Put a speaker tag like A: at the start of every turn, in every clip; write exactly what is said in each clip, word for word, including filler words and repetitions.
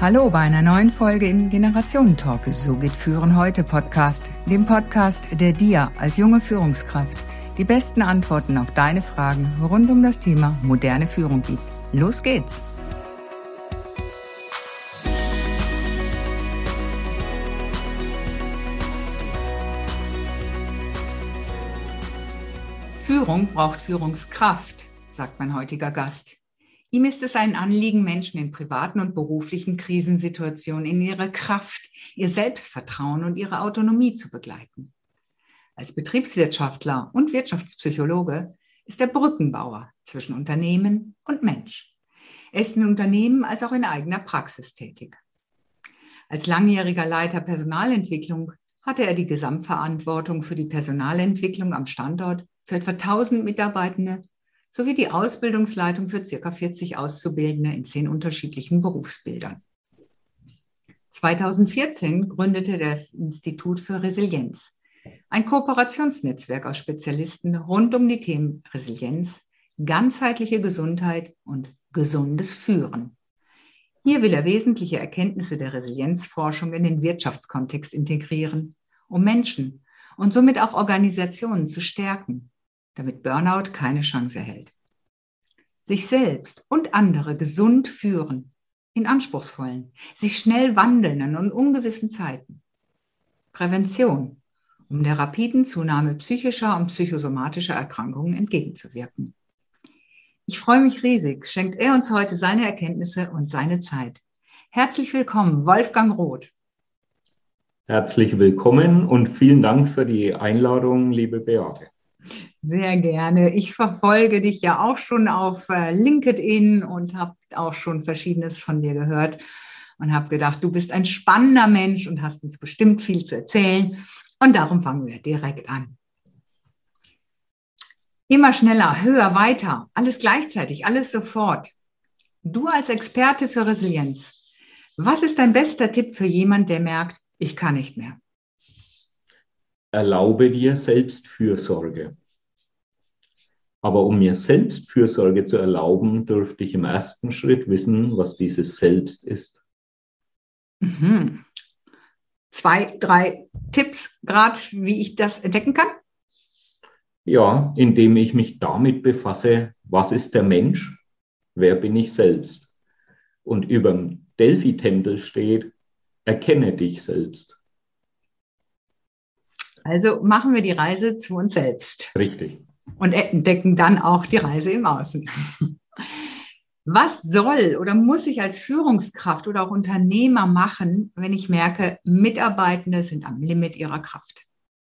A: Hallo bei einer neuen Folge im Generationentalk. So geht Führen heute Podcast, dem Podcast, der dir als junge Führungskraft die besten Antworten auf deine Fragen rund um das Thema moderne Führung gibt. Los geht's! Führung braucht Führungskraft, sagt mein heutiger Gast. Ihm ist es ein Anliegen, Menschen in privaten und beruflichen Krisensituationen in ihrer Kraft, ihr Selbstvertrauen und ihre Autonomie zu begleiten. Als Betriebswirtschaftler und Wirtschaftspsychologe ist er Brückenbauer zwischen Unternehmen und Mensch. Er ist in Unternehmen als auch in eigener Praxis tätig. Als langjähriger Leiter Personalentwicklung hatte er die Gesamtverantwortung für die Personalentwicklung am Standort für etwa tausend Mitarbeitende sowie die Ausbildungsleitung für ca. vierzig Auszubildende in zehn unterschiedlichen Berufsbildern. zweitausendvierzehn gründete er das Institut für Resilienz, ein Kooperationsnetzwerk aus Spezialisten rund um die Themen Resilienz, ganzheitliche Gesundheit und gesundes Führen. Hier will er wesentliche Erkenntnisse der Resilienzforschung in den Wirtschaftskontext integrieren, um Menschen und somit auch Organisationen zu stärken, damit Burnout keine Chance erhält. Sich selbst und andere gesund führen in anspruchsvollen, sich schnell wandelnden und ungewissen Zeiten. Prävention, um der rapiden Zunahme psychischer und psychosomatischer Erkrankungen entgegenzuwirken. Ich freue mich riesig, schenkt er uns heute seine Erkenntnisse und seine Zeit. Herzlich willkommen, Wolfgang Roth.
B: Herzlich willkommen und vielen Dank für die Einladung, liebe Beate.
A: Sehr gerne. Ich verfolge dich ja auch schon auf LinkedIn und habe auch schon Verschiedenes von dir gehört und habe gedacht, du bist ein spannender Mensch und hast uns bestimmt viel zu erzählen. Und darum fangen wir direkt an. Immer schneller, höher, weiter, alles gleichzeitig, alles sofort. Du als Experte für Resilienz, was ist dein bester Tipp für jemanden, der merkt, ich kann nicht mehr?
B: Erlaube dir Selbstfürsorge. Aber um mir Selbstfürsorge zu erlauben, dürfte ich im ersten Schritt wissen, was dieses Selbst ist.
A: Mhm. Zwei, drei Tipps gerade, wie ich das entdecken kann?
B: Ja, indem ich mich damit befasse, was ist der Mensch, wer bin ich selbst? Und über dem Delphi-Tempel steht, erkenne dich selbst.
A: Also machen wir die Reise zu uns selbst.
B: Richtig.
A: Und entdecken dann auch die Reise im Außen. Was soll oder muss ich als Führungskraft oder auch Unternehmer machen, wenn ich merke, Mitarbeitende sind am Limit ihrer Kraft?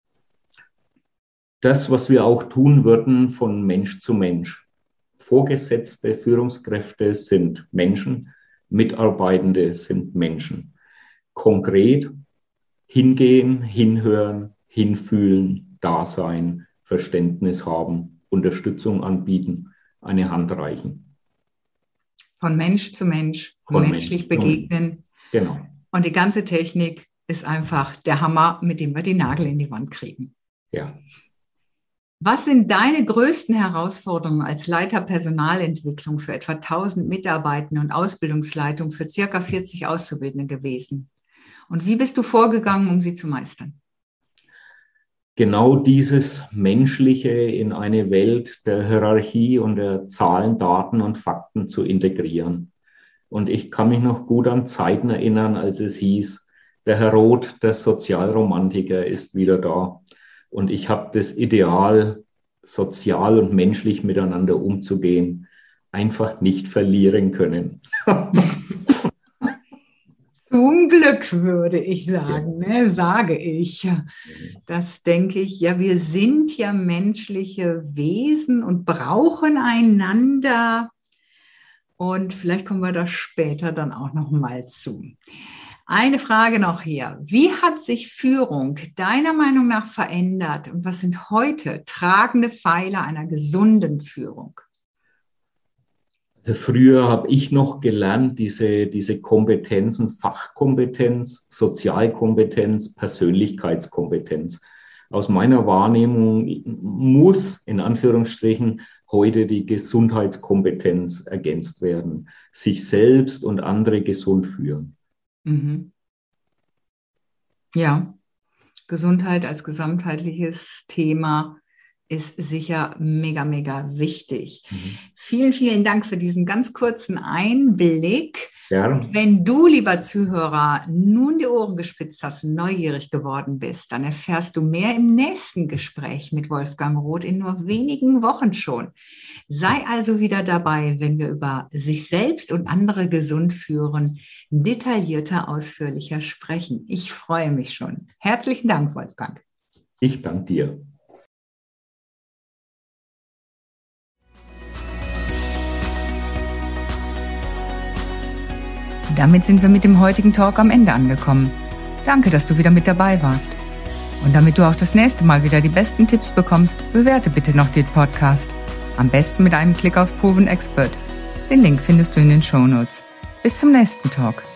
B: Das, was wir auch tun würden von Mensch zu Mensch. Vorgesetzte Führungskräfte sind Menschen, Mitarbeitende sind Menschen. Konkret hingehen, hinhören, hinfühlen, da sein, Verständnis haben, Unterstützung anbieten, eine Hand reichen.
A: Von Mensch zu Mensch,
B: Von
A: menschlich
B: Mensch
A: begegnen.
B: Genau.
A: Und die ganze Technik ist einfach der Hammer, mit dem wir die Nagel in die Wand kriegen.
B: Ja.
A: Was sind deine größten Herausforderungen als Leiter Personalentwicklung für etwa tausend Mitarbeitende und Ausbildungsleitung für ca. vierzig Auszubildende gewesen? Und wie bist du vorgegangen, um sie zu meistern?
B: Genau dieses Menschliche in eine Welt der Hierarchie und der Zahlen, Daten und Fakten zu integrieren. Und ich kann mich noch gut an Zeiten erinnern, als es hieß, der Herr Roth, der Sozialromantiker, ist wieder da. Und ich habe das Ideal, sozial und menschlich miteinander umzugehen, einfach nicht verlieren können.
A: Zum Glück, würde ich sagen, ja. ne, sage ich. Das denke ich, ja, wir sind ja menschliche Wesen und brauchen einander. Und vielleicht kommen wir da später dann auch noch mal zu. Eine Frage noch hier. Wie hat sich Führung deiner Meinung nach verändert und was sind heute tragende Pfeiler einer gesunden Führung?
B: Früher habe ich noch gelernt, diese, diese Kompetenzen, Fachkompetenz, Sozialkompetenz, Persönlichkeitskompetenz. Aus meiner Wahrnehmung muss in Anführungsstrichen heute die Gesundheitskompetenz ergänzt werden. Sich selbst und andere gesund führen.
A: Mhm. Ja, Gesundheit als gesamtheitliches Thema ist sicher mega, mega wichtig. Mhm. Vielen, vielen Dank für diesen ganz kurzen Einblick.
B: Ja.
A: Wenn du, lieber Zuhörer, nun die Ohren gespitzt hast und neugierig geworden bist, dann erfährst du mehr im nächsten Gespräch mit Wolfgang Roth in nur wenigen Wochen schon. Sei also wieder dabei, wenn wir über sich selbst und andere gesund führen, detaillierter, ausführlicher sprechen. Ich freue mich schon. Herzlichen Dank, Wolfgang.
B: Ich danke dir.
A: Damit sind wir mit dem heutigen Talk am Ende angekommen. Danke, dass du wieder mit dabei warst. Und damit du auch das nächste Mal wieder die besten Tipps bekommst, bewerte bitte noch den Podcast. Am besten mit einem Klick auf Proven Expert. Den Link findest du in den Shownotes. Bis zum nächsten Talk.